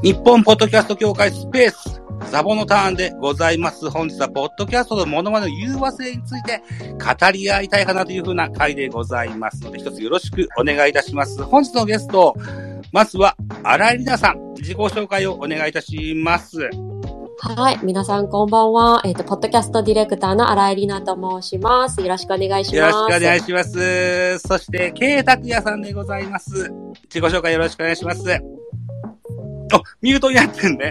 日本ポッドキャスト協会スペースザボのターンでございます。本日はポッドキャストのモノマネの融和性について語り合いたいかなというふうな回でございますので、一つよろしくお願いいたします。本日のゲスト、まずは新井里奈さん、自己紹介をお願いいたします。 はい。皆さんこんばんは。ポッドキャストディレクターの新井里奈と申します。よろしくお願いします。 よろしくお願いします。そして、K拓也さんでございます。自己紹介よろしくお願いします。ミュートになってんね。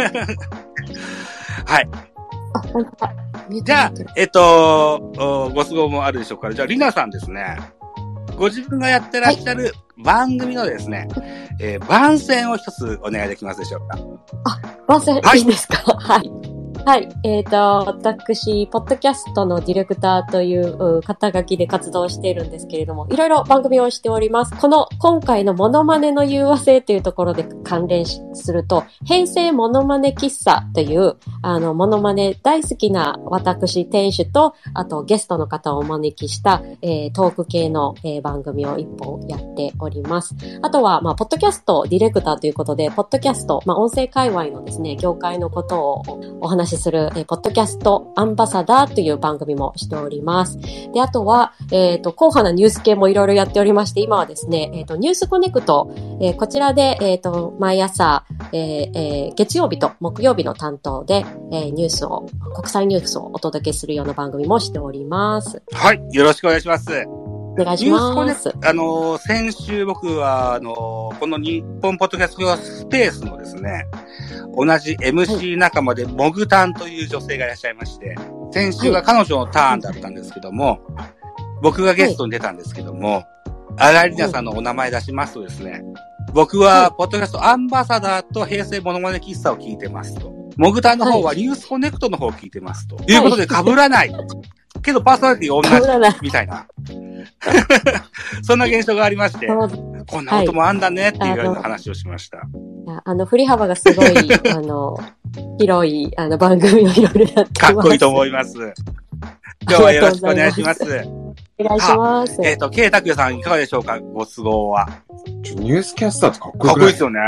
はい。じゃあ、ご都合もあるでしょうから、じゃあ、りなさんですね。ご自分がやってらっしゃる番組のですね、番宣を一つお願いできますでしょうか。 番宣、はい、いいですか？はい。はい。私、ポッドキャストのディレクターという肩書きで活動しているんですけれども、いろいろ番組をしております。今回のモノマネの融和性というところで関連すると、平成モノマネ喫茶という、モノマネ大好きな私、店主と、あとゲストの方をお招きした、トーク系の、番組を一本やっております。あとは、ポッドキャストディレクターということで、ポッドキャスト、音声界隈のですね、業界のことをお話しする、ポッドキャストアンバサダーという番組もしております。で、あとは、硬派なニュース系もいろいろやっておりまして、今はですね、ニュースコネクト、こちらで、毎朝、月曜日と木曜日の担当で、国際ニュースをお届けするような番組もしております。 はい、よろしくお願いします。 お願いします。 先週僕は、この日本ポッドキャストスペースのですね、同じ MC 仲間でモグタンという女性がいらっしゃいまして、先週が彼女のターンだったんですけども、僕がゲストに出たんですけども、新井里奈さんのお名前出しますとですね、僕はポッドキャストアンバサダーと平成モノマネ喫茶を聞いてますと。モグタンの方はニュースコネクトの方を聞いてますと。いうことで被らない。けどパーソナリティが同じみたいな。そんな現象がありまして、こんなこともあんだねっていうような話をしました。 振り幅がすごい、広い、番組をいろいろやってます。 かっこいいと思います。今日はよろしくお願いします。 お願いします。 K拓也さんいかがでしょうか、ご都合は。 ニュースキャスターってかっこいい。 かっこいいですよね。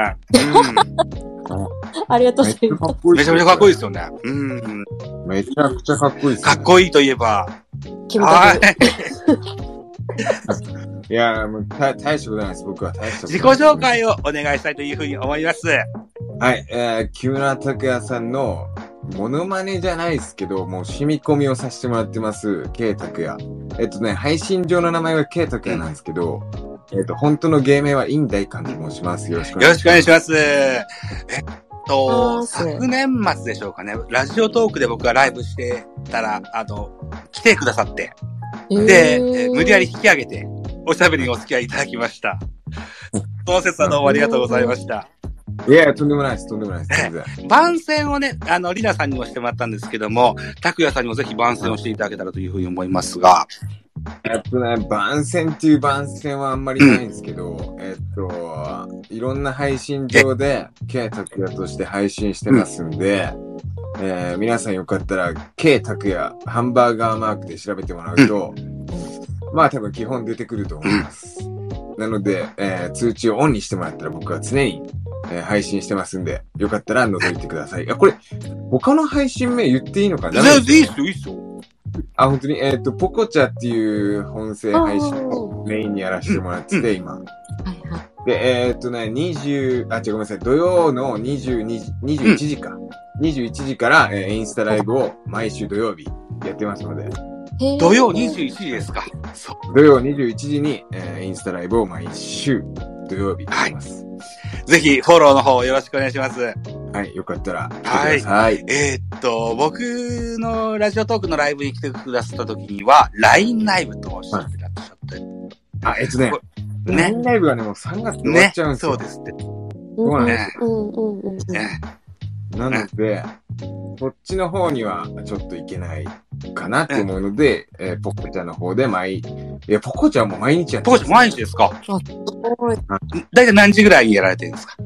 ありがとうございます。 めちゃめちゃかっこいいですよね。 めちゃくちゃかっこいいです、ね。 かっこいいといえば。 いやもう大したことないです。僕は大したことない。 自己紹介をお願いしたいというふうに思います。 はい、木村拓哉さんのモノマネじゃないですけど、もう染み込みをさせてもらってます。K拓也。配信上の名前は K拓也なんですけど、本当の芸名はイン大監と申します。よろしくお願いします。 よろしくお願いします。昨年末でしょうかね。ラジオトークで僕がライブしてたら、来てくださって。で、無理やり引き上げて、おしゃべりにお付き合いいただきました。その説はどうもありがとうございました。 いや、とんでもないです、とんでもないです。全然。 番宣をね、りなさんにもしてもらったんですけども、拓也さんにもぜひ番宣をしていただけたらというふうに思いますが。 番宣っていう番宣はあんまりないんですけど、いろんな配信上で、K拓也として配信してますんで、皆さんよかったら、K拓也、ハンバーガーマークで調べてもらうと、多分基本出てくると思います。なので、通知をオンにしてもらったら僕は常に、配信してますんで、よかったら覗いてください。これ、他の配信名言っていいのかな？ いいっすよ、いいっすよ。 本当に、ポコチャっていう音声配信をメインにやらせてもらってて、今。で、ごめんなさい、土曜の21時か。21時から、インスタライブを毎週土曜日やってますので。 土曜21時ですか。 土曜21時に、インスタライブを毎週土曜日やってます。 ぜひフォローの方よろしくお願いします。 はい、よかったら来てください。 僕のラジオトークのライブに来てくださった時には、LINE ライブとおっしゃってらっしゃって。 LINE ライブはね、もう3月で終わっちゃうんですよ。 そうですって。 そうなんですよ。なので、こっちの方にはちょっといけないかなって思うので、ポコちゃんの方でポコちゃんも毎日やってます。 ポコちゃん毎日ですか？だいたい何時ぐらいにやられてるんですか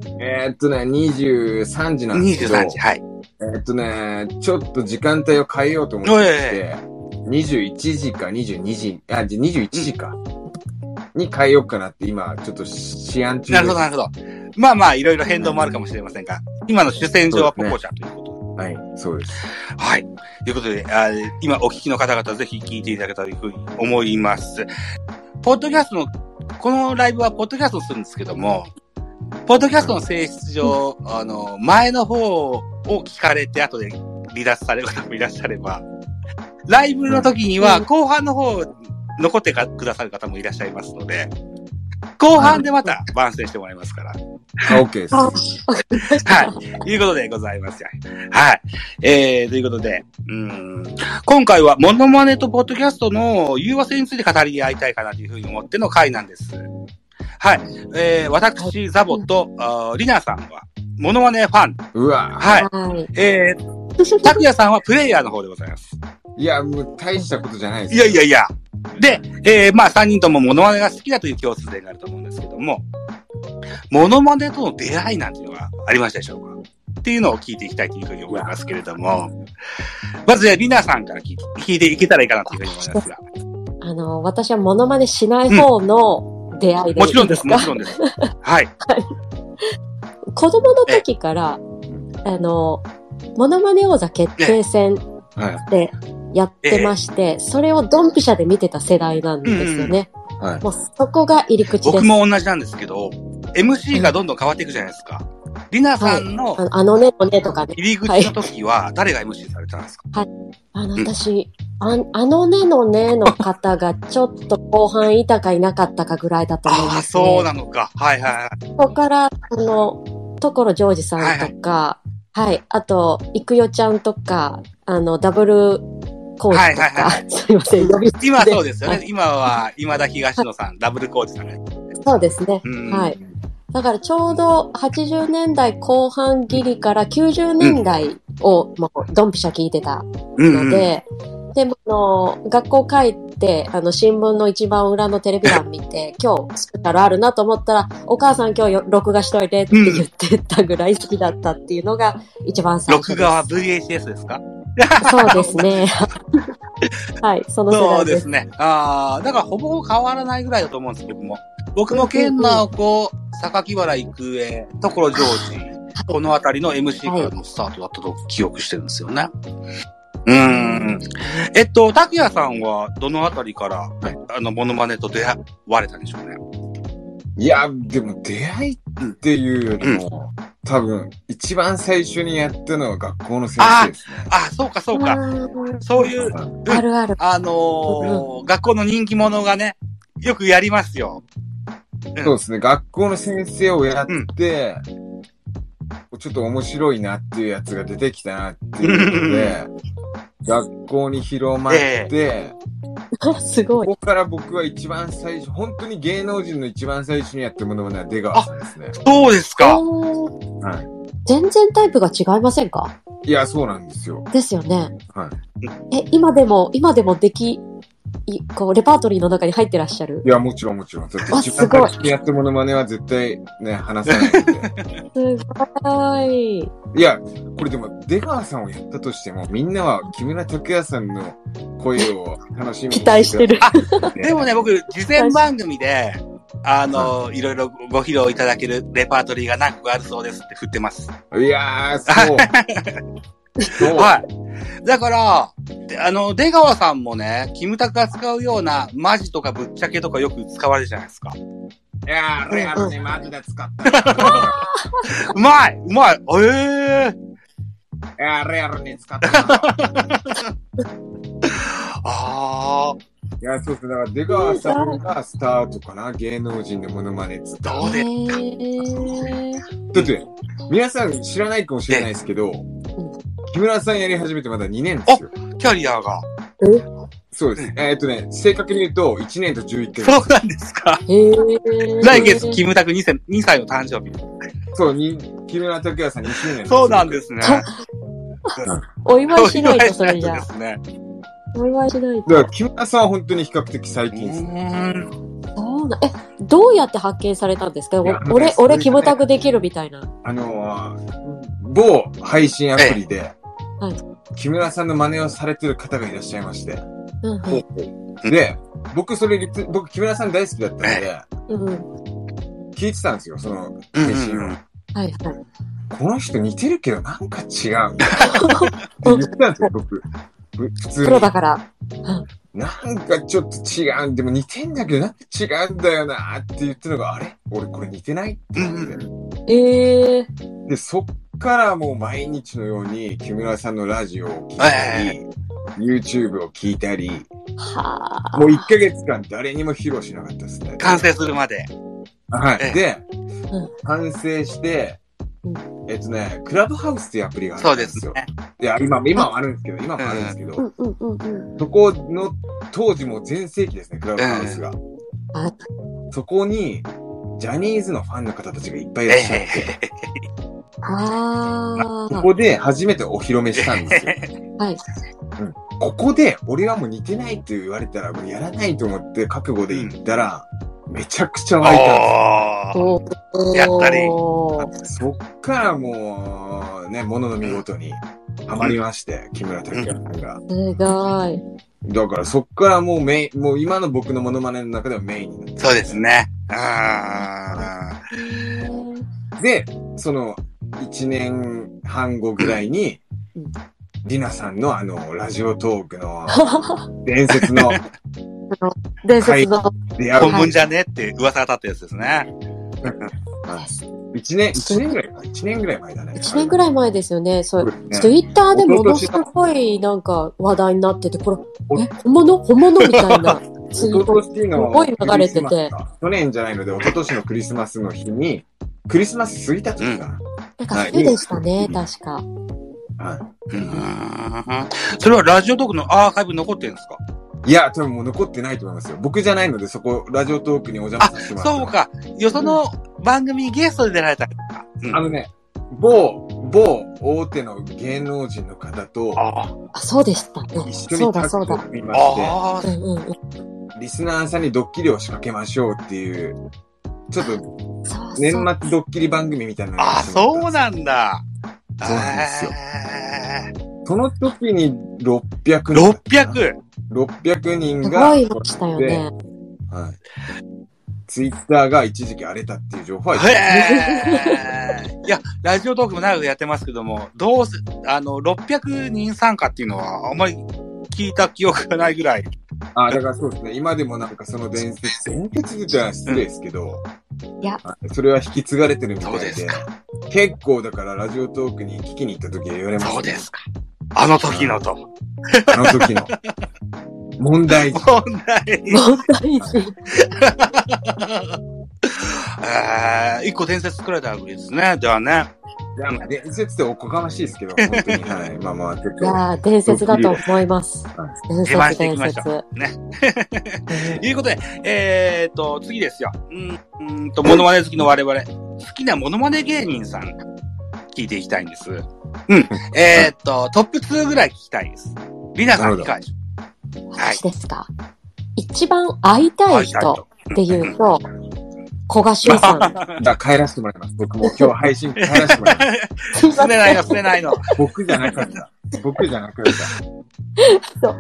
？23時なんですけど。 23時、はい。 ちょっと時間帯を変えようと思って、21時か22時、21時か。 に変えようかなって今、ちょっと思案中です。 なるほど、なるほど。まあまあ、いろいろ変動もあるかもしれませんが、今の主戦場はポコちゃんということで。 はい、そうです。 はい。ということで、今お聞きの方々ぜひ聞いていただけたらというふうに思います。ポッドキャストの、このライブはポッドキャストするんですけども、ポッドキャストの性質上、前の方を聞かれて後で離脱される方もいらっしゃれば、ライブの時には後半の方残ってくださる方もいらっしゃいますので、後半でまた番宣してもらいますから。 OK です。 はい。 ということでございます。はい。ということで、今回はモノマネとポッドキャストの融和性について語り合いたいかなというふうに思っての回なんです。はい。私、ザボと、リナさんは、モノマネファン。 うわはい。タクヤさんはプレイヤーの方でございます。 いや、もう大したことじゃないです。 いや。で、まあ3人ともモノマネが好きだという共通点があると思うんですけども、モノマネとの出会いなんていうのがありましたでしょうかっていうのを聞いていきたいというふうに思いますけれども、まずリナさんから聞いていけたらいいかなというふうに思いますが。 私はモノマネしない方の出会いで、 もちろんです。はい。 子供の時から、モノマネ王座決定戦でやってまして、それをドンピシャで見てた世代なんですよね。もうそこが入り口です。 僕も同じなんですけど、MC がどんどん変わっていくじゃないですか。リナさんの、 ねのねとかね。 入り口の時は、誰が MC されたんですか？ はい。私、ねのねの方がちょっと後半いたかいなかったかぐらいだと思いますね。 そうなのか。はい。 そこから、所ジョージさんとか、はい。あと、いくよちゃんとか、ダブルコーチとか、すいません、 今そうですよね。今は、今田東野さん、ダブルコーチさんね。 そうですね。はい。だからちょうど80年代後半ギリから90年代をもうドンピシャ聞いてたので、でも学校帰って新聞の一番裏のテレビ欄見て今日スペシャルあるなと思ったらお母さん今日録画しといてって言ってたぐらい好きだったっていうのが一番最初です。録画は VHS ですか？ そうですね。はい、その世代です。 そうですね。だからほぼ変わらないぐらいだと思うんですけども。僕もケンナオコ、榊原郁恵、所ジョージ、このあたりの MC からのスタートだったと記憶してるんですよね。拓也さんはどのあたりから、モノマネと出会われたんでしょうね。 いや、でも出会いっていうよりも、多分、一番最初にやったのは学校の先生ですね。 そうか。そういう、 あるある。 学校の人気者がね、よくやりますよ。 そうですね。学校の先生をやって、ちょっと面白いなっていうやつが出てきたなっていうので、学校に広まって、 すごい。 ここから僕は一番最初、本当に芸能人の一番最初にやってるものは出川さんですね。 そうですか。 はい。 全然タイプが違いませんか？ いや、そうなんですよ。 ですよね。 はい。 今でもレパートリーの中に入ってらっしゃる？ いや、もちろん。だって一番最初にやってるものまねは絶対ね、話さないんで。 すごい。 いや、これでも、出川さんをやったとしても、みんなは木村拓哉さんの声を楽しみに期待してる。 でもね、僕、事前番組で、いろいろご披露いただけるレパートリーが何個かあるそうですって振ってます。 いやー、そう。 はい。だから、出川さんもね、キムタクが使うようなマジとかぶっちゃけとかよく使われるじゃないですか。 いやー、レアルね、マジで使った。 うまい。いやー、レアルに使った。いや、そうですね。だから出川さんがスタートかな、芸能人でモノマネ使う。 どうですか？だって、皆さん知らないかもしれないですけど、木村さんやり始めてまだ2年ですよ。 キャリアが。 そうです。正確に言うと、1年と11 ヶ月。そうなんですか。来月、キムタク2歳の誕生日。 そう、木村拓哉さん2周年。 そうなんですね。 お祝いしないと、それじゃ。お祝いしないと。 だから、木村さんは本当に比較的最近ですね。 どうやって発見されたんですか？俺、キムタクできるみたいな。 某配信アプリで、木村さんの真似をされてる方がいらっしゃいまして。で、 僕、木村さん大好きだったので、聞いてたんですよ、その配信を。 はいはい。 この人似てるけどなんか違う。って言ってたんですよ、僕。普通に。 プロだから。 なんかちょっと違う。でも似てんだけどなんか違うんだよなって言ってるのが、あれ俺これ似てないって言って。で、そっからもう毎日のように木村さんのラジオを聞いたり、YouTube を聞いたり、もう1ヶ月間誰にも披露しなかったですね。 完成するまで。 はい。で、完成して、クラブハウスっていうアプリがあるんですよ。そうですね。いや、今もあるんですけど、そこの当時も全盛期ですね、クラブハウスが。そこに、ジャニーズのファンの方たちがいっぱいいらっしゃって、そこで初めてお披露目したんですよ。はい。ここで、俺はもう似てないって言われたら、もうやらないと思って覚悟で言ったら、めちゃくちゃ湧いたんですよ。 やったり。 そっからもう、ね、ものの見事にハマりまして、木村拓哉さんが。すごい。だからそっからもう今の僕のモノマネの中ではメインになって。 そうですね。 で、その1年半後ぐらいに、りなさんのラジオトークの伝説の本文じゃねって噂が立ったやつですね。 1年ぐらい前だね。 1年ぐらい前ですよね。そう。ツイッターでものすごいなんか話題になってて、これ、本物みたいなツイートすごい流れてて。 去年じゃないので、一昨年のクリスマスの日に、クリスマス過ぎた時かな。 なんかそうでしたね、確か。 それはラジオトークのアーカイブ残ってるんですか？ いや、多分もう残ってないと思いますよ。僕じゃないので、そこ、ラジオトークにお邪魔させてもらって。 そうか。よその番組ゲストで出られた。 某大手の芸能人の方と、 そうでしたね。 一緒にタッグを組みまして、リスナーさんにドッキリを仕掛けましょうっていう、ちょっと、年末ドッキリ番組みたいなのがそうなんだ。 そうなんですよ。その時に600人が、 すごいましたよね。 ツイッターが一時期荒れたっていう情報はいや、ラジオトークも長くやってますけども、600人参加っていうのはあんまり聞いた記憶がないぐらい。 だからそうですね。今でもなんかその伝説じゃ失礼ですけど、 いや、 それは引き継がれてるみたいで、結構だからラジオトークに聞きに行った時は言われました。 そうですか。あの時のと。 あの時の。問題児。 一個伝説作られたわけですね。ではね。 いや、伝説っておこがましいですけど、本当に。はい。まあ、結構。 いや伝説だと思います。 自慢していきましょう。ね。ということで、次ですよ。モノマネ好きの我々。好きなモノマネ芸人さん、聞いていきたいんです。トップ2ぐらい聞きたいです。りなさんいかがでしょう？ 私ですか。一番会いたい人っていうと、古賀修さん。 帰らせてもらいます。僕も今日配信帰らせてもらいます。 すねないの。 僕じゃなかった。 そう。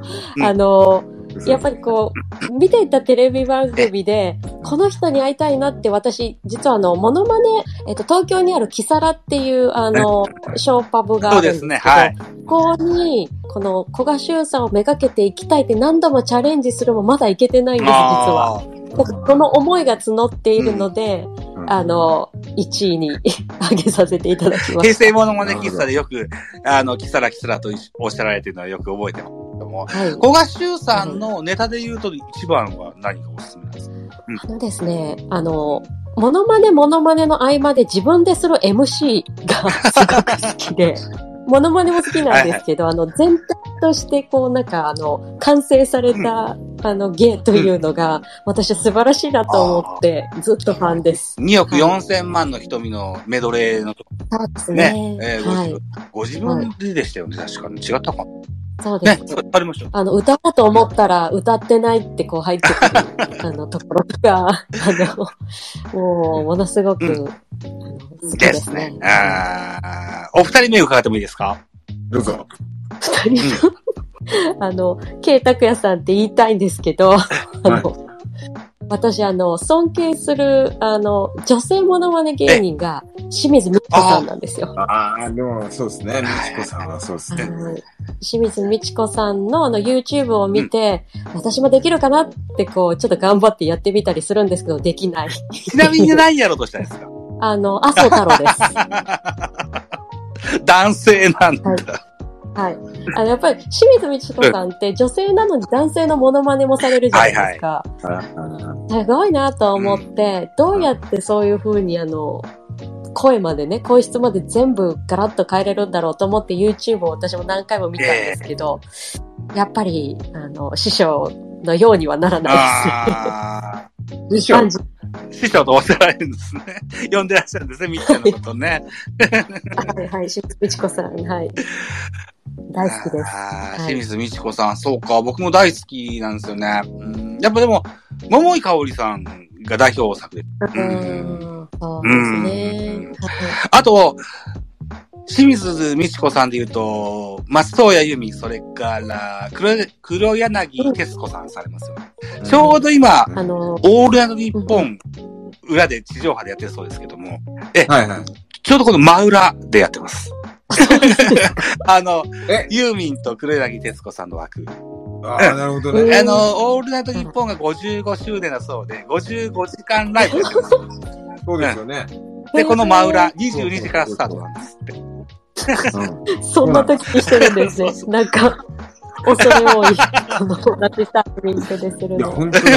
やっぱりこう、見ていたテレビ番組で、この人に会いたいなって私、実はモノマネ、東京にあるキサラっていう、ショーパブがあるんですけど、ここに、この古賀修さんをめがけていきたいって何度もチャレンジするもまだいけてないんです、実は。この思いが募っているので、1位に上げさせていただきました。 平成モノマネ喫茶でよく、キサラとおっしゃられているのはよく覚えてますけども、古賀修さんのネタで言うと一番は何がおすすめですか？ ですね、モノマネの合間で自分でする MC がすごく好きで、モノマネも好きなんですけど、全体としてこうなんか完成された、芸というのが、私は素晴らしいなと思って、ずっとファンです。 2億4000万の瞳のメドレーのとこ。 そうですね。 ご自分でしたよね、確かに。違ったかな。 そうです。 ね、ありました。 歌おうと思ったら、歌ってないってこう入ってくる、ところとか、もう、ものすごく、好きですね。 お二人目伺ってもいいですか？ どうぞ。 二人目、K 拓也さんって言いたいんですけど、 私、尊敬する、女性モノマネ芸人が、清水美智子さんなんですよ。 でも、そうですね。美智子さんはそうですね。 清水美智子さんのYouTube を見て、私もできるかなってちょっと頑張ってやってみたりするんですけど、できない。 ちなみに何やろうとしたんですか？ 麻生太郎です。 男性なんだ。 はい。やっぱり、清水美智子さんって女性なのに男性のモノマネもされるじゃないですか。すごいなと思って、どうやってそういう風に声までね、声質まで全部ガラッと変えれるんだろうと思って YouTube を私も何回も見たんですけど、やっぱり、師匠のようにはならないです。 師匠とおっしゃられるんですね。呼んでらっしゃるんですね、みっちゃんのことね。 はい、はい、清水美智子さん、はい。大好きです。 清水美智子さん、そうか、僕も大好きなんですよね。やっぱでも、桃井かおりさんが代表作で。 そうですね。 あと、清水美智子さんで言うと、松任谷由実、それから、黒柳徹子さんされますよね。ちょうど今、オールナイトニッポン、裏で地上波でやってるそうですけども、ちょうどこの真裏でやってます。ユーミンと黒柳徹子さんの枠。 なるほどね。 オールナイトニッポンが55周年だそうで、55時間ライブやってます。 そうですよね。 で、この真裏、22時からスタートなんですって。 そんな時にしてるんですね。なんか、恐れ多い。夏スタートにしてでするの。 いや、本当に。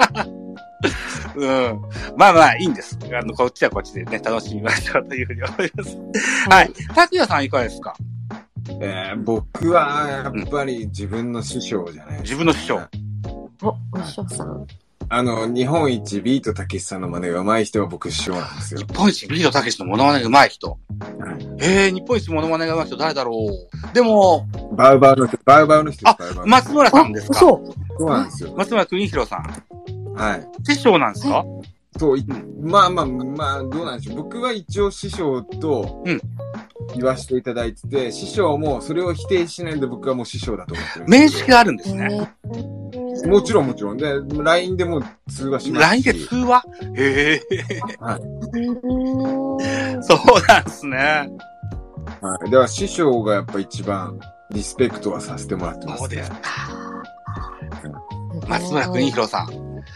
まあまあ、いいんです。こっちはこっちでね、楽しみましょうというふうに思います。はい。拓也さんいかがですか？ 僕は、やっぱり自分の師匠じゃないですか。 自分の師匠。 お師匠さん。 日本一ビートたけしさんの真似が上手い人は僕師匠なんですよ。 日本一ビートたけしのモノマネが上手い人。日本一モノマネが上手い人誰だろう。でも、 バウバウの人です。 松村さんですか？ そうなんですよ。 松村邦弘さん。 はい。 師匠なんですか？ そう、まあ、どうなんでしょう。僕は一応師匠と言わせていただいてて、師匠もそれを否定しないので僕はもう師匠だと思ってる。 面識があるんですね。 もちろん。で、LINE でも通話しますし。 LINE で通話？へえ。 はい。 そうなんですね。 はい。だから師匠がやっぱ一番リスペクトはさせてもらってますね。 そうですか。松村邦弘さん。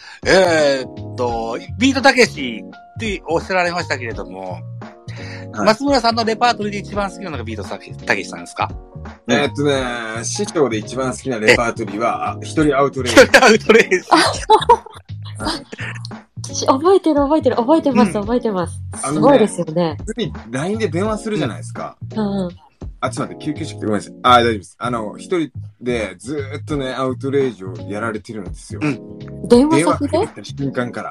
ビートたけしっておっしゃられましたけれども、松村さんのレパートリーで一番好きなのがビートたけしさんですか？ 師匠で一番好きなレパートリーは、一人アウトレイジ。 一人アウトレイジ。覚えてます。すごいですよね。 普通に LINE で電話するじゃないですか。ちょっと待って、救急車来てごめんなさい。大丈夫です。一人でずーっとね、アウトレイジをやられてるんですよ。 電話先で？ 電話かけた瞬間から。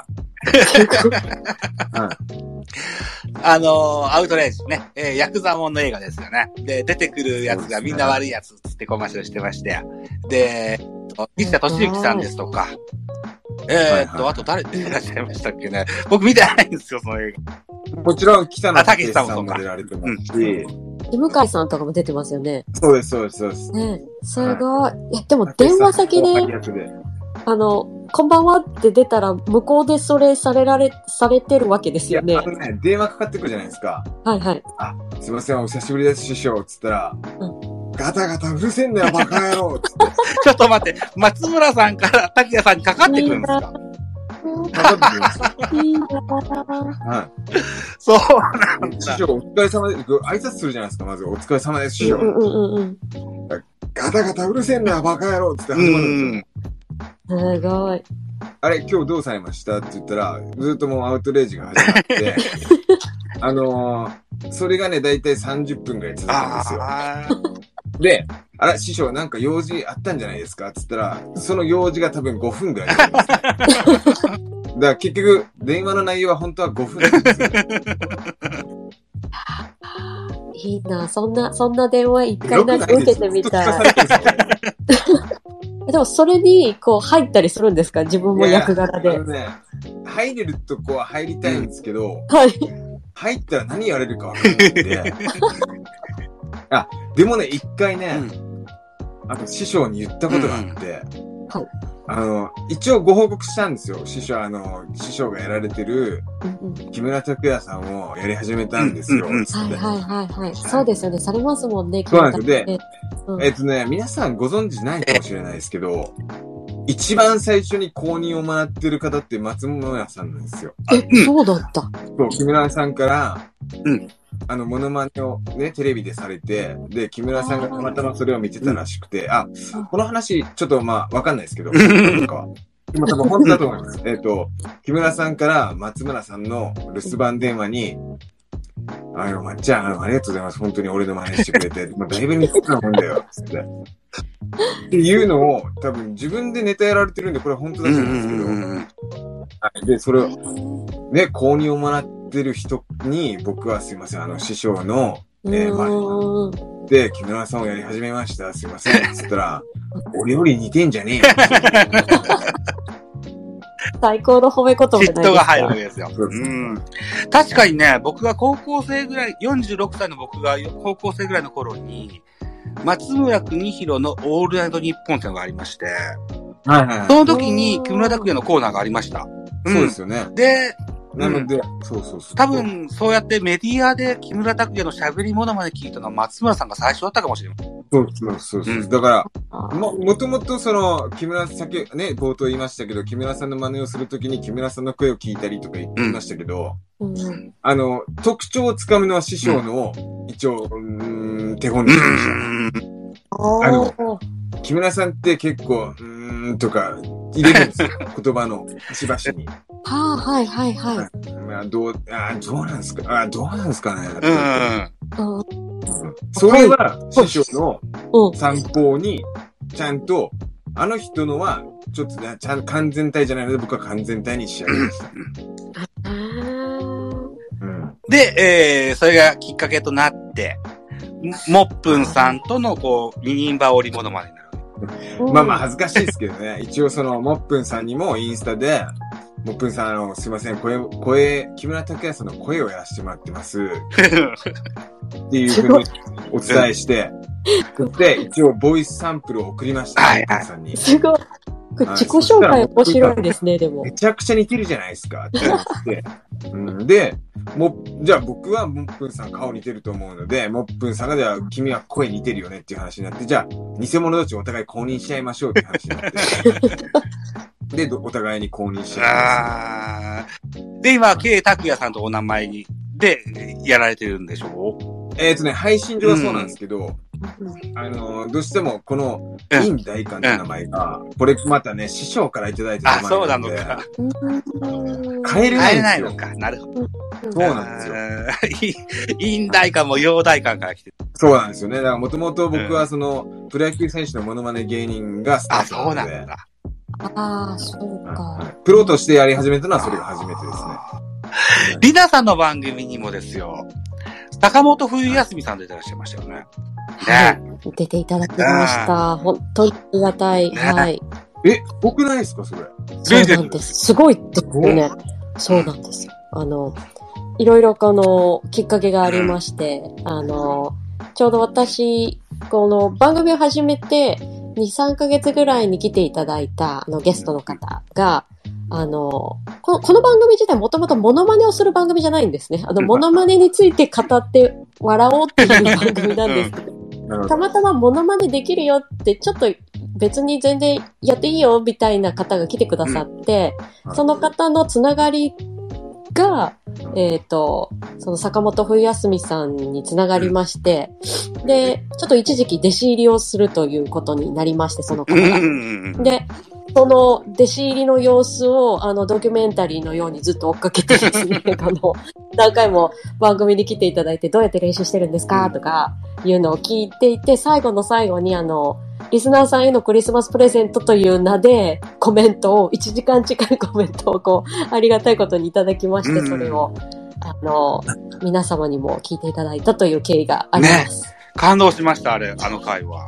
アウトレイジね、ヤクザモンの映画ですよね。で、出てくるやつがみんな悪いやつつってコマーシャルしてまして。で、西田敏行さんですとか、あと誰出てらっしゃいましたっけね。僕見てないんですよ、その映画。 もちろん、北野武さんも出られてますし、 向井さんとかも出てますよね。 そうです。 ね、すごい。いや、でも電話先で、こんばんはって出たら、向こうでそれされてるわけですよね。 電話かかってくるじゃないですか。 はいはい。 すいません、お久しぶりです、師匠。つったら、ガタガタうるせえんだよ、バカ野郎つって。 ちょっと待って、松村さんから滝谷さんにかかってくるんですか？ かかってきます。 いいなはい。 そうなんだ。 師匠、お疲れ様です。挨拶するじゃないですか、まず。お疲れ様です、師匠。ガタガタうるせえんだよ、バカ野郎つって始まるんですよ。 すごい。 あれ、今日どうされましたって言ったら、ずっともうアウトレイジが始まって、それがね、だいたい30分ぐらい続くんですよ。で、師匠なんか用事あったんじゃないですかって言ったら、その用事が多分5分ぐらいかかりますね。だから結局、電話の内容は本当は5分なんですよ。 いいな、そんな電話一回なんか受けてみたい。でもそれに入ったりするんですか？自分も役柄で。 入れるとこは入りたいんですけど、入ったら何やれるかわからないんで。でもね、一回ね、師匠に言ったことがあって、 一応ご報告したんですよ。師匠がやられてる、木村拓哉さんをやり始めたんですよ。 はい。そうですよね。されますもんね、 そうなんですよ。で、皆さんご存知ないかもしれないですけど、一番最初に公認をもらってる方って松村さんなんですよ。 そうだった。 そう、木村さんから、モノマネをね、テレビでされて、で、木村さんがたまたまそれを見てたらしくて、この話、ちょっとわかんないですけど、とかは。でも多分本当だと思います。木村さんから松村さんの留守番電話に、まっちゃん、ありがとうございます。本当に俺の真似してくれて、だいぶ似てたもんだよ、つって。っていうのを、多分自分でネタやられてるんで、これ本当だと思うんですけど、で、それを、ね、公認をもらってる人に、僕はすいません、師匠の、で、木村さんをやり始めました。すいません。つったら、俺より似てんじゃねえよ。 最高の褒め言葉じゃないですか。 嫉妬が入るわけですよ。確かにね、僕が高校生ぐらい、46歳の僕が高校生ぐらいの頃に、松村邦洋のオールナイトニッポンっていうのがありまして、その時に木村拓哉のコーナーがありました。 そうですよね。 で、 なので、そう。 多分、そうやってメディアで木村拓哉の喋り物まで聞いたのは松村さんが最初だったかもしれない。 そう。だから、もともと木村さん、ね、冒頭言いましたけど、木村さんの真似をするときに木村さんの声を聞いたりとか言ってましたけど、特徴をつかむのは師匠の、一応、手本にしました。木村さんって結構、とか入れるんですよ。言葉の端々に。どうなんですかどうなんですかねそれは師匠の参考に、ちゃんと、あの人のは、ちょっと完全体じゃないので、僕は完全体に仕上げました。 で、それがきっかけとなって、もっぷんさんとの二人羽織り物までになる。 恥ずかしいですけどね。一応もっぷんさんにもインスタで、もっぷんさん、すいません、木村拓哉さんの声をやらせてもらってます。っていうふうにお伝えして、で、一応ボイスサンプルを送りました。もっぷんさんに。 すごい。自己紹介面白いですね、でも。 めちゃくちゃ似てるじゃないですか、って言って。で、じゃあ僕はもっぷんさん顔似てると思うので、もっぷんさんがじゃあ君は声似てるよねっていう話になって、じゃあ偽物どっちお互い公認し合いましょうっていう話になって。で、お互いに公認し合います。 で、今、K拓也さんとお名前でやられてるんでしょう？ 配信上はそうなんですけど、どうしてもこの、イン大官って名前が、これまたね、師匠からいただいてる名前なんで。 そうなのか。 変えれないんですよ。 変えないのか。なるほど。 そうなんですよ。 イン大官も陽大官から来てる。 そうなんですよね。だからもともと僕はプロ野球選手のモノマネ芸人がスタートなので。 そうなんだ。 そうか。 プロとしてやり始めたのはそれが初めてですね。 リナさんの番組にもですよ、坂本冬休みさん出てらっしゃいましたよね。 出ていただきました。本当にありがたい。はい。 多くないですかそれ。 そうなんです。すごいですね。そうなんですよ。いろいろきっかけがありまして、ちょうど私、この番組を始めて、2、3ヶ月ぐらいに来ていただいた、ゲストの方が、この番組自体もともとモノマネをする番組じゃないんですね。モノマネについて語って笑おうっていう番組なんですけど、たまたまモノマネできるよって、ちょっと別に全然やっていいよみたいな方が来てくださって、その方のつながりが、その坂本冬休みさんにつながりまして、で、ちょっと一時期弟子入りをするということになりまして、その方が。で、その弟子入りの様子をドキュメンタリーのようにずっと追っかけてですね、何回も番組に来ていただいてどうやって練習してるんですかとかいうのを聞いていて、最後の最後にリスナーさんへのクリスマスプレゼントという名でコメントを、1時間近いコメントをありがたいことにいただきまして、それを、皆様にも聞いていただいたという経緯があります。 ね、感動しました、あの回は。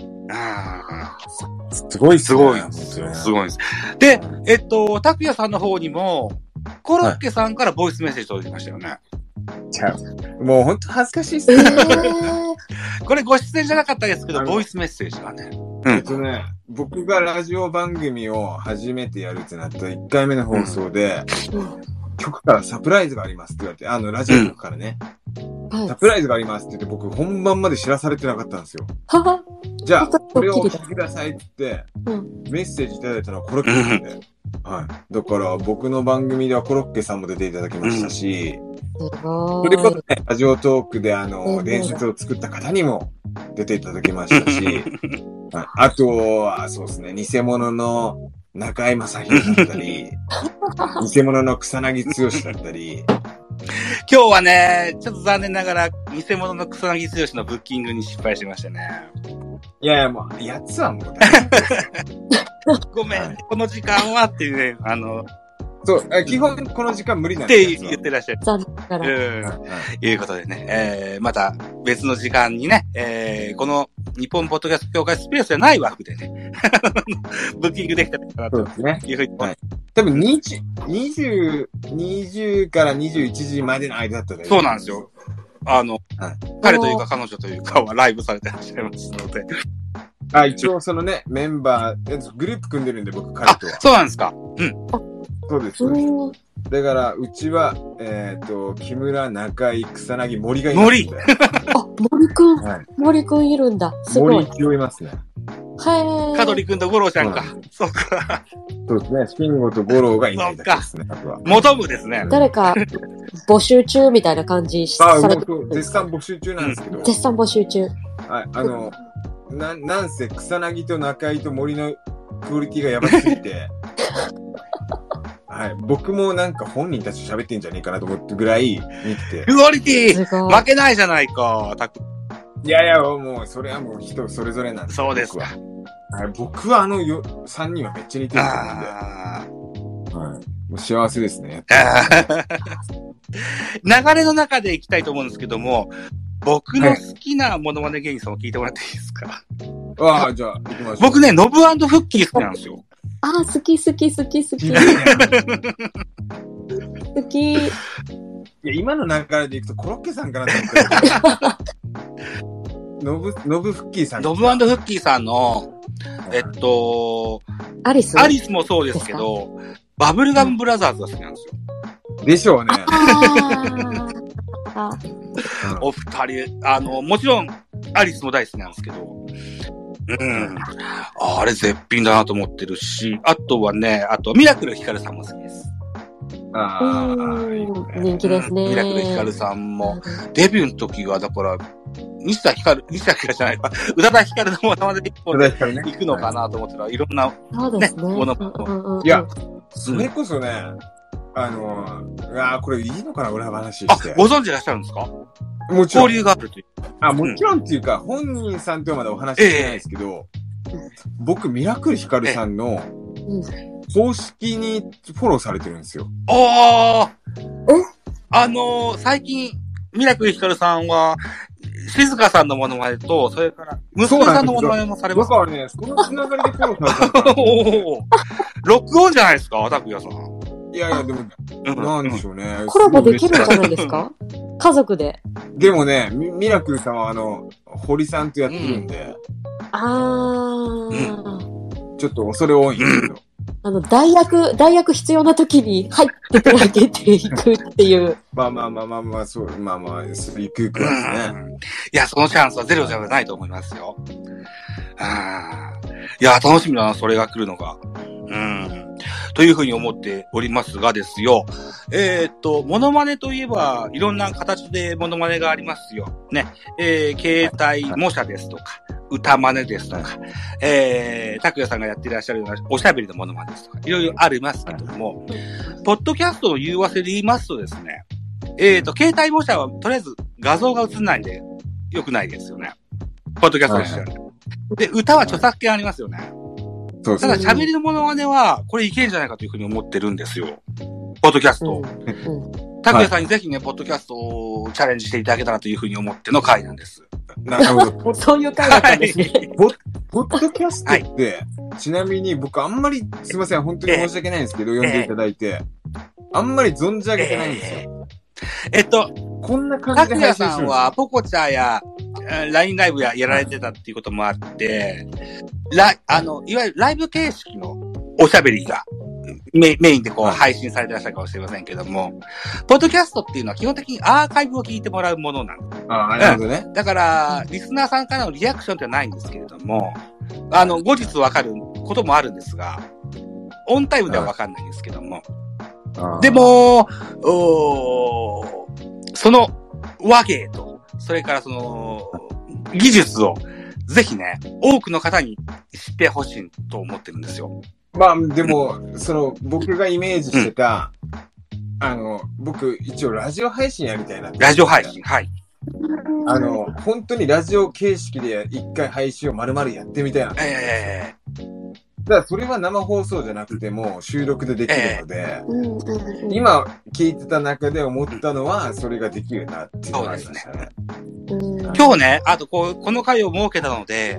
すごいですで、拓也さんの方にも、コロッケさんからボイスメッセージ届きましたよね。 もう本当恥ずかしいっすね。 これご出演じゃなかったですけど、ボイスメッセージがね。 僕がラジオ番組を初めてやるってなった1回目の放送で、局からサプライズがありますって言われて、ラジオ局からね、サプライズがありますって言って僕本番まで知らされてなかったんですよ。じゃあ、これをお聞きくださいって言って、メッセージいただいたのはコロッケさんで。はい。だから僕の番組ではコロッケさんも出ていただきましたし、それこそね、ラジオトークで伝説を作った方にも出ていただきましたし、あとは、そうですね、偽物の中井正宏だったり、偽物の草薙剛だったり、 今日はね、ちょっと残念ながら、偽物の草薙剛のブッキングに失敗しましたね。 いやいや、もう、やつはもう大丈夫です。 ごめん、はい、この時間はっていうね、 そう、基本この時間無理なんですって言ってらっしゃる。 残念から。 いうことでね、また別の時間にね、この日本ポッドキャスト協会スペースじゃない枠でね、ブッキングできたらいいかなというふうに思います。 多分20から21時までの間だったらそうなんですよ。彼というか彼女というかはライブされてらっしゃいますので。 一応そのね、メンバー、グループ組んでるんで僕彼とは。 そうなんですか。うん。 そうです、そうです。だから、うちは、木村、中井、草薙、森がいますんで。 森くん。はい、森くんいるんだ。すごい。 森一応いますね。 香取くんと五郎ちゃんか。そうか。 そうですね。慎吾と五郎がいないだけですね。あとは。 元部ですね。 誰か、募集中みたいな感じされてる。絶賛募集中なんですけど。 絶賛募集中。 はい。なんせ草薙と中井と森のクオリティがやばすぎて、はい。僕もなんか本人たちと喋ってんじゃねえかなと思ってぐらい見てて。 クオリティ負けないじゃないか、 いやいや、もう、それはもう人それぞれなんで。 そうですか。 はい。僕は3人はめっちゃ似てると思うんで。はい。もう幸せですね。 流れの中でいきたいと思うんですけども、僕の好きなモノマネ芸人さんを聞いてもらっていいですか？ じゃあ、行きましょう。 僕ね、ノブ&フッキー好きなんですよ。 好き。好き。 いや、今の流れでいくとコロッケさんかなと思って。ノブフッキーさん。 ノブ&フッキーさんの、 アリスもそうですけど、バブルガムブラザーズが好きなんですよ。 でしょうね。 お二人、もちろん、アリスも大好きなんですけど、あれ絶品だなと思ってるし、あとはね、ミラクルヒカルさんも好きです。 人気ですね。 ミラクルヒカルさんも、デビューの時が、だから、西田ヒカルじゃないわ、宇多田ヒカルのものまで行くのかなと思ってたら、いろんな、 そうですね。 ものいや、それこそね、これいいのかな裏話して。 ご存知いらっしゃるんですか？ もちろん。 交流があるという。 もちろんっていうか、本人さんとはまだお話ししてないですけど、僕、ミラクルヒカルさんの、公式にフォローされてるんですよ。 最近、ミラクルヒカルさんは、静香さんのモノマネと、それから、娘さんのモノマネもされます。 だからね、そのつながりでフォローされてる。 ロックオンじゃないですか、拓也さん。 いやいや、でも、なんでしょうね。 コラボできるんじゃないですか？家族で。 でもね、ミラクルさんは堀さんとやってるんで。ちょっと恐れ多いんですけど。 代役必要な時に入って手が出ていくっていう。 そう、行くですね。 いや、そのチャンスはゼロじゃないと思いますよ。いや、楽しみだな、それが来るのが。というふうに思っておりますがですよ。モノマネといえば、いろんな形でモノマネがありますよ。ね。携帯模写ですとか、歌真似ですとか、拓也さんがやっていらっしゃるようなおしゃべりのモノマネですとか、いろいろありますけども、ポッドキャストの融和せで言いますとですね、携帯模写はとりあえず画像が映んないんで、良くないですよね。ポッドキャストとしてはね。で、歌は著作権ありますよね。 そうですね。 ただ喋りのモノマネは、これいけるんじゃないかというふうに思ってるんですよ。ポッドキャスト。拓也さんにぜひね、ポッドキャストをチャレンジしていただけたらというふうに思っての回なんです。 なるほど。 そういう回だったんですね。 ポッドキャストって、ちなみに僕あんまり、すいません、本当に申し訳ないんですけど、読んでいただいて、あんまり存じ上げてないんですよ。こんな感じで配信するんですよ。 拓也さんは、ポコチャや、LINE ライブやられてたっていうこともあって、 いわゆるライブ形式のおしゃべりがメインでこう配信されてらっしゃるかもしれませんけども、ポッドキャストっていうのは基本的にアーカイブを聞いてもらうものなんです。 なるほどね。 だから、リスナーさんからのリアクションってないんですけれども、後日わかることもあるんですが、オンタイムではわかんないんですけども。でも、その和芸と、それからその、技術を、ぜひね、多くの方に知ってほしいと思ってるんですよ。 まあ、でも、僕がイメージしてた、僕、一応ラジオ配信やりたいなって。 ラジオ配信、はい。 本当にラジオ形式で一回配信を丸々やってみたいな。だからそれは生放送じゃなくても収録でできるので、今聞いてた中で思ったのはそれができるなっていうのがありましたね。 今日ね、あとこの回を設けたので、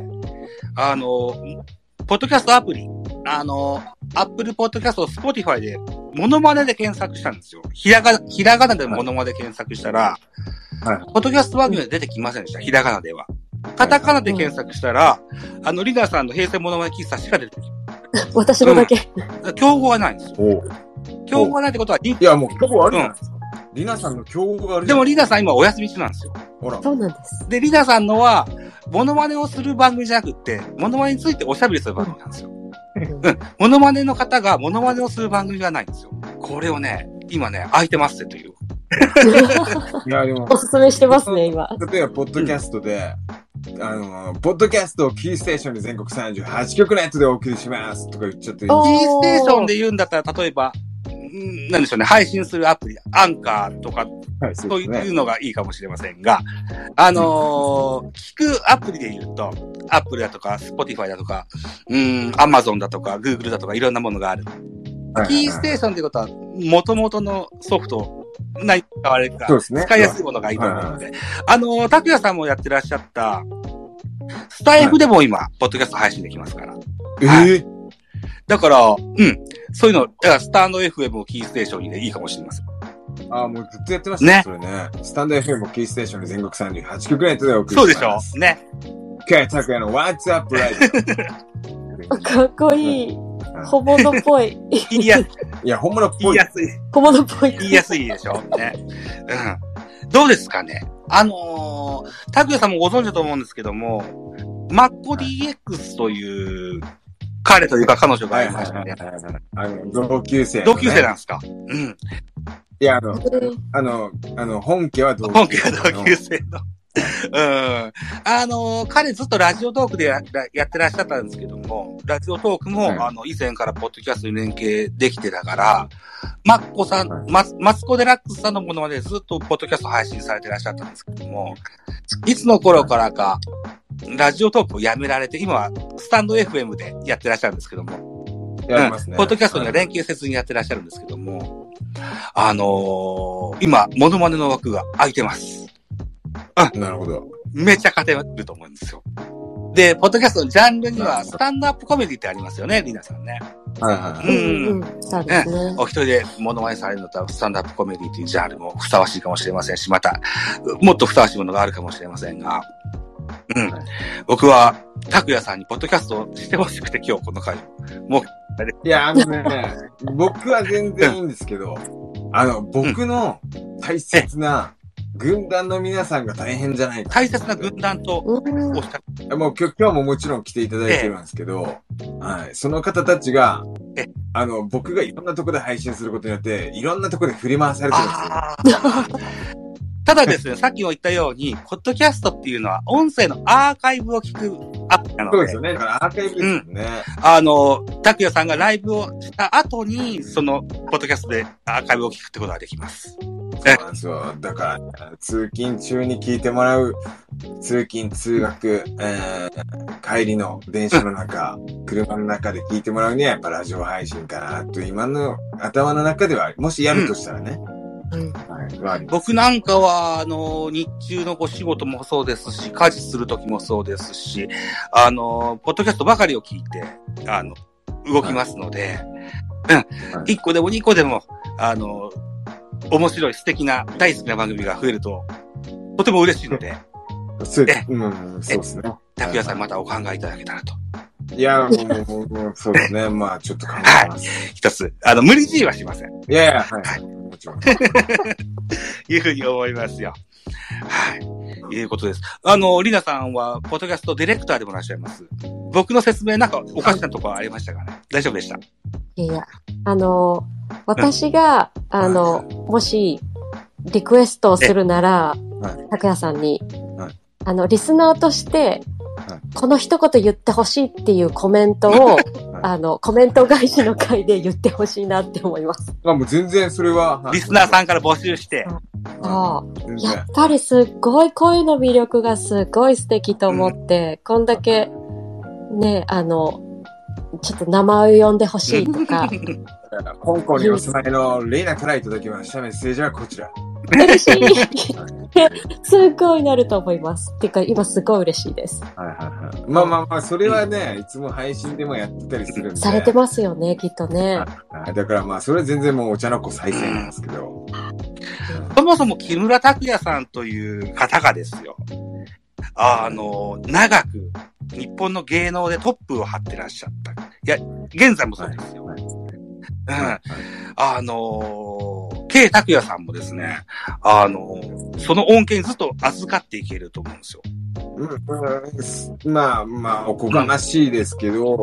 ポッドキャストアプリ、Apple Podcast、Spotify でモノマネで検索したんですよ。ひらがなでモノマネで検索したら、はい、ポッドキャスト番組で出てきませんでした。ひらがなでは。カタカナで検索したら、リナさんの平成モノマネ喫茶しか出てきます。 私のだけ。 競合がないんですよ。競合がないってことは、 いや、もう競合あるじゃないですか。リナさんの競合がある。 でもリナさん今お休み中なんですよ。 ほら。 そうなんです。 で、リナさんのは、モノマネをする番組じゃなくって、モノマネについておしゃべりする番組なんですよ。モノマネの方がモノマネをする番組がないんですよ。これをね、今ね、空いてますってという。 いや、でも。 おすすめしてますね、今。 例えば、ポッドキャストで、ポッドキャストをキーステーションで全国38局ネットでお送りしますとか言っちゃっていい。キーステーションで言うんだったら、例えば、なんでしょうね、配信するアプリ、アンカーとか、はい、そういうのがいいかもしれませんが、聞くアプリで言うと、アップルだとか、スポティファイだとか、アマゾンだとか、グーグルだとか、いろんなものがある。キーステーションってことは、元々のソフト、何使われるか、使いやすいものがいいと思うので、拓也さんもやってらっしゃった、スタイフでも今、ポッドキャスト配信できますから。だから、そういうの、スタンド FM をキーステーションにでいいかもしれません。 もうずっとやってましたね。それね。スタンド FM をキーステーションで全国38局ネットでお送りします。 そうでしょね。 拓也の What's Up Live。 かっこいい。本物っぽい。 いや、本物っぽい。 言いやすい。 本物っぽい。 言いやすいでしょね。どうですかね。拓也さんもご存知だと思うんですけども、マッコ DX という、彼というか彼女がいましたね。 同級生、 同級生なんですか。 いや、本家は同級生の。彼ずっとラジオトークでやってらっしゃったんですけども、ラジオトークも、以前からポッドキャストに連携できてたから、マッコさん、マツコデラックスさんのものまでずっとポッドキャスト配信されてらっしゃったんですけども、いつの頃からか、ラジオトークをやめられて、今はスタンド FM でやってらっしゃるんですけども、 やりますね。 ポッドキャストには連携せずにやってらっしゃるんですけども、今、モノマネの枠が空いてます。 なるほど。 めっちゃ勝てると思うんですよ。で、ポッドキャストのジャンルには、スタンドアップコメディってありますよね、リナさんね。 そうですね。 お一人でモノマネされるのとスタンドアップコメディっていうジャンルもふさわしいかもしれませんし、また、もっとふさわしいものがあるかもしれませんが、僕は、拓也さんにポッドキャストをしてほしくて今日この回を。 いや、僕は全然いいんですけど、僕の大切な軍団の皆さんが大変じゃないか。 大切な軍団とおっしゃる。もう今日ももちろん来ていただいてるんですけど、はい。その方たちが、僕がいろんなとこで配信することによって、いろんなとこで振り回されてるんですよ。 ただですね、さっきも言ったように、ポッドキャストっていうのは音声のアーカイブを聞くアプリなので。 そうですよね。だからアーカイブですよね。 拓也さんがライブをした後に、その、ポッドキャストでアーカイブを聞くってことができます。 そうなんですよ。だから、通勤中に聞いてもらう、通勤、通学、帰りの電車の中、車の中で聞いてもらうにはやっぱラジオ配信かなと、今の頭の中では、もしやるとしたらね。 僕なんかは、日中のお仕事もそうですし、家事するときもそうですし、ポッドキャストばかりを聞いて、動きますので、1個でも2個でも、面白い素敵な大好きな番組が増えると、とても嬉しいので、 そうですね。 拓也さんまたお考えいただけたらといや、もう、そうですね。まあ、ちょっと考えます。 一つ、無理強いはしません。 いやいや、はい。もちろん。 いうふうに思いますよ。はい。いうことです。リナさんは、ポッドキャストディレクターでもいらっしゃいます。僕の説明なんかおかしなところありましたかね？大丈夫でした？ いや、私が、もし、リクエストをするなら、拓也さんに、リスナーとして、この一言言ってほしいっていうコメントを、コメント返しの回で言ってほしいなって思います。 もう全然それは。 リスナーさんから募集して。 やっぱりすっごい声の魅力がすごい素敵と思って、こんだけ、ね、ちょっと名前を呼んでほしいとか。 香港にお住まいのレイナからいただきましたメッセージはこちら。 嬉しいすごいなると思います。てか、今すごい嬉しいです。 まあ、それはね、いつも配信でもやってたりするんで。 されてますよね、きっとね。 だからまあ、それは全然もうお茶の子再生なんですけど。 そもそも木村拓哉さんという方がですよ。長く日本の芸能でトップを張ってらっしゃった。いや、現在もそうですよ。K 拓也さんもですね、その恩恵にずっと預かっていけると思うんですよ。 まあ、おこがましいですけど、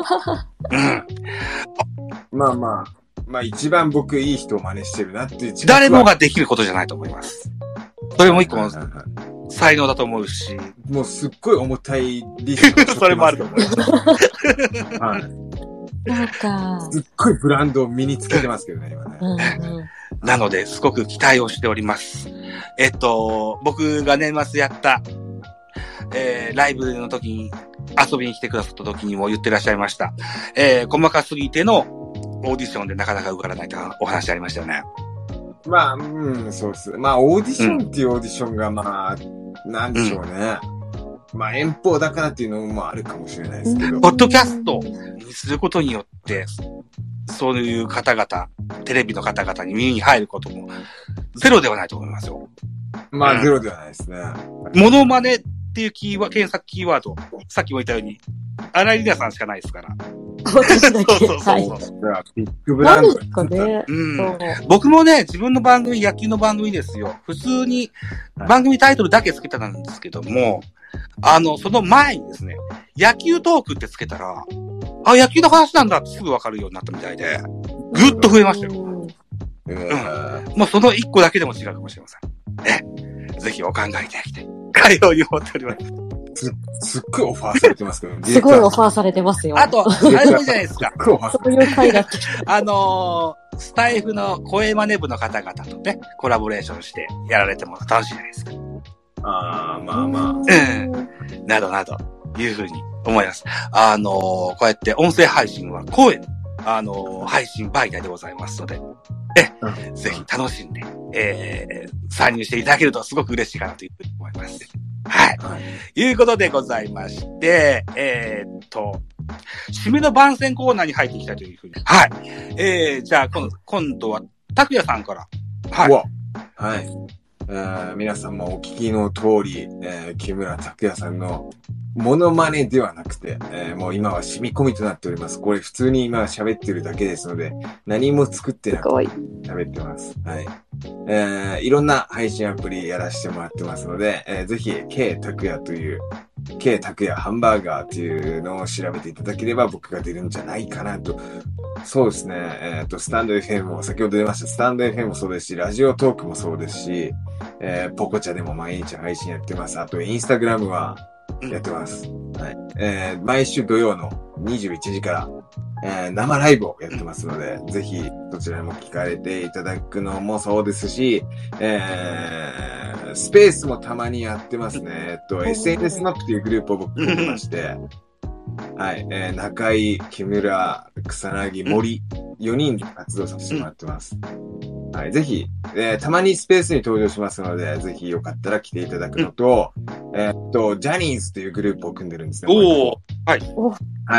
まあ、一番僕いい人を真似してるなっていう。 誰もができることじゃないと思います。それも一個の才能だと思うし。 もうすっごい重たいリスクそれもあると思います。 はい。 なんか。 すっごいブランドを身につけてますけどね、今ね。 なので、すごく期待をしております。僕が年末やった、ライブの時に、遊びに来てくださった時にも言ってらっしゃいました。細かすぎてのオーディションでなかなか受からないとお話ありましたよね。 まあ、そうです。まあ、オーディションっていうオーディションが、まあ、なんでしょうね。まあ、遠方だからっていうのもあるかもしれないですけど。 ポッドキャストにすることによって、そういう方々、テレビの方々に耳に入ることもゼロではないと思いますよ。 まあ、ゼロではないですね。 モノマネっていう検索キーワード、さっきも言ったように、荒井里奈さんしかないですから。 私だけ。 そう。 ビッグブランドですかね。 僕もね、自分の番組、野球の番組ですよ。普通に番組タイトルだけつけてたんですけども、その前にですね、野球トークってつけたら、野球の話なんだってすぐわかるようになったみたいで、ぐっと増えましたよ。もうその一個だけでも違うかもしれません。ぜひお考えいただきたい。会話に思っております。 すっごいオファーされてますけどね。 すごいオファーされてますよ。 あと、あれもいいじゃないですか。 そういう会だって。 スタイフの声真似部の方々とね、コラボレーションしてやられても楽しいじゃないですか。 まあ。 などなど、いうふうに思います。こうやって音声配信は声の、配信媒体でございますので、ぜひ楽しんで、参入していただけるとすごく嬉しいかなというふうに思います。はい。いうことでございまして、締めの番宣コーナーに入っていきたいというふうに。はい。じゃあ、今度は、拓也さんから。 はい。皆さんもお聞きの通り、木村拓哉さんのモノマネではなくて、もう今は染み込みとなっております。これ普通に今喋ってるだけですので、何も作ってなくて喋ってます。はい。いろんな配信アプリやらせてもらってますので、ぜひ K 拓哉という、K 拓哉ハンバーガーというのを調べていただければ僕が出るんじゃないかなと。そうですね。スタンド FM も先ほど出ました。スタンド FM もそうですし、ラジオトークもそうですし、ポコチャでも毎日配信やってます。あと、インスタグラムはやってます。はい。毎週土曜の21時から、生ライブをやってますので、ぜひ、どちらにも聞かれていただくのもそうですし、スペースもたまにやってますね。SNS マップというグループを僕組んでまして、はい。中井、木村、草薙、森、4人で活動させてもらってます。はい。ぜひ、たまにスペースに登場しますので、ぜひよかったら来ていただくのと、ジャニーズというグループを組んでるんですね。 はい。 はい。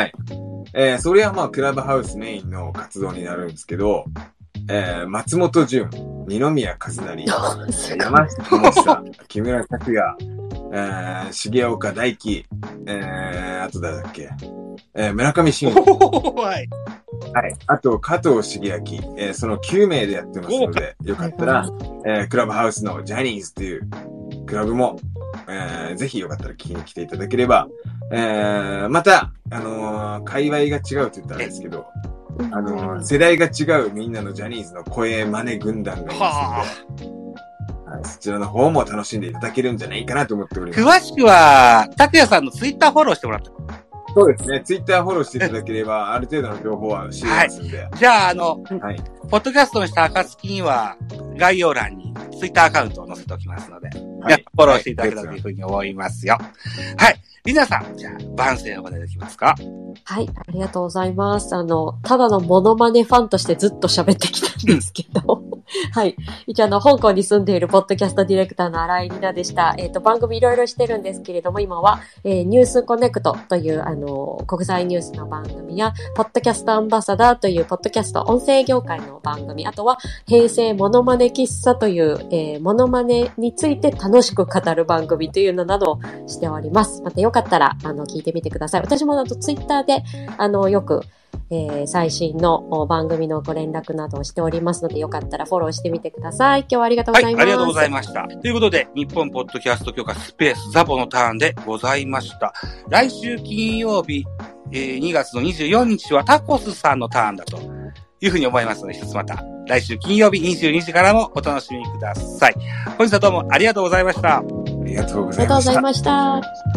それはまあ、クラブハウスメインの活動になるんですけど、松本潤、二宮和也、山下智久、木村拓哉、重岡大樹、 あと誰だっけ村上信五。 はい。 はい。あと、加藤茂明。その9名でやってますので、よかったら、クラブハウスのジャニーズというクラブも、ぜひよかったら聞きに来ていただければ、また、界隈が違うと言ったらですけど、世代が違うみんなのジャニーズの声真似軍団がいますので、はい、そちらの方も楽しんでいただけるんじゃないかなと思っております。 詳しくは、拓也さんのツイッターフォローしてもらって。 そうですね。ツイッターフォローしていただければ、ある程度の情報は知りますんで。 はい、じゃあ、はい、ポッドキャストにした暁には、概要欄にツイッターアカウントを載せておきますので、はい、フォローしていただけたらというふうに思いますよ。はい。リナさん、じゃあ、番宣をお願いできますか？ はい、ありがとうございます。ただのモノマネファンとしてずっと喋ってきたんですけど、はい。一応香港に住んでいるポッドキャストディレクターの新井里奈でした。番組いろいろしてるんですけれども、今は、ニュースコネクトという、国際ニュースの番組や、ポッドキャストアンバサダーという、ポッドキャスト音声業界の番組、あとは、平成モノマネ喫茶という、モノマネについて楽しく語る番組というのなどをしております。またよかったら、聞いてみてください。私もツイッターで、よく、最新の番組のご連絡などをしておりますので、よかったらフォローしてみてください。今日はありがとうございます。 はい、ありがとうございました。ということで、日本ポッドキャスト協会スペースザボのターンでございました。来週金曜日、2月の24日はタコスさんのターンだというふうに思いますので、一つまた来週金曜日22時からもお楽しみください。本日はどうもありがとうございました。 ありがとうございました。 ありがとうございました。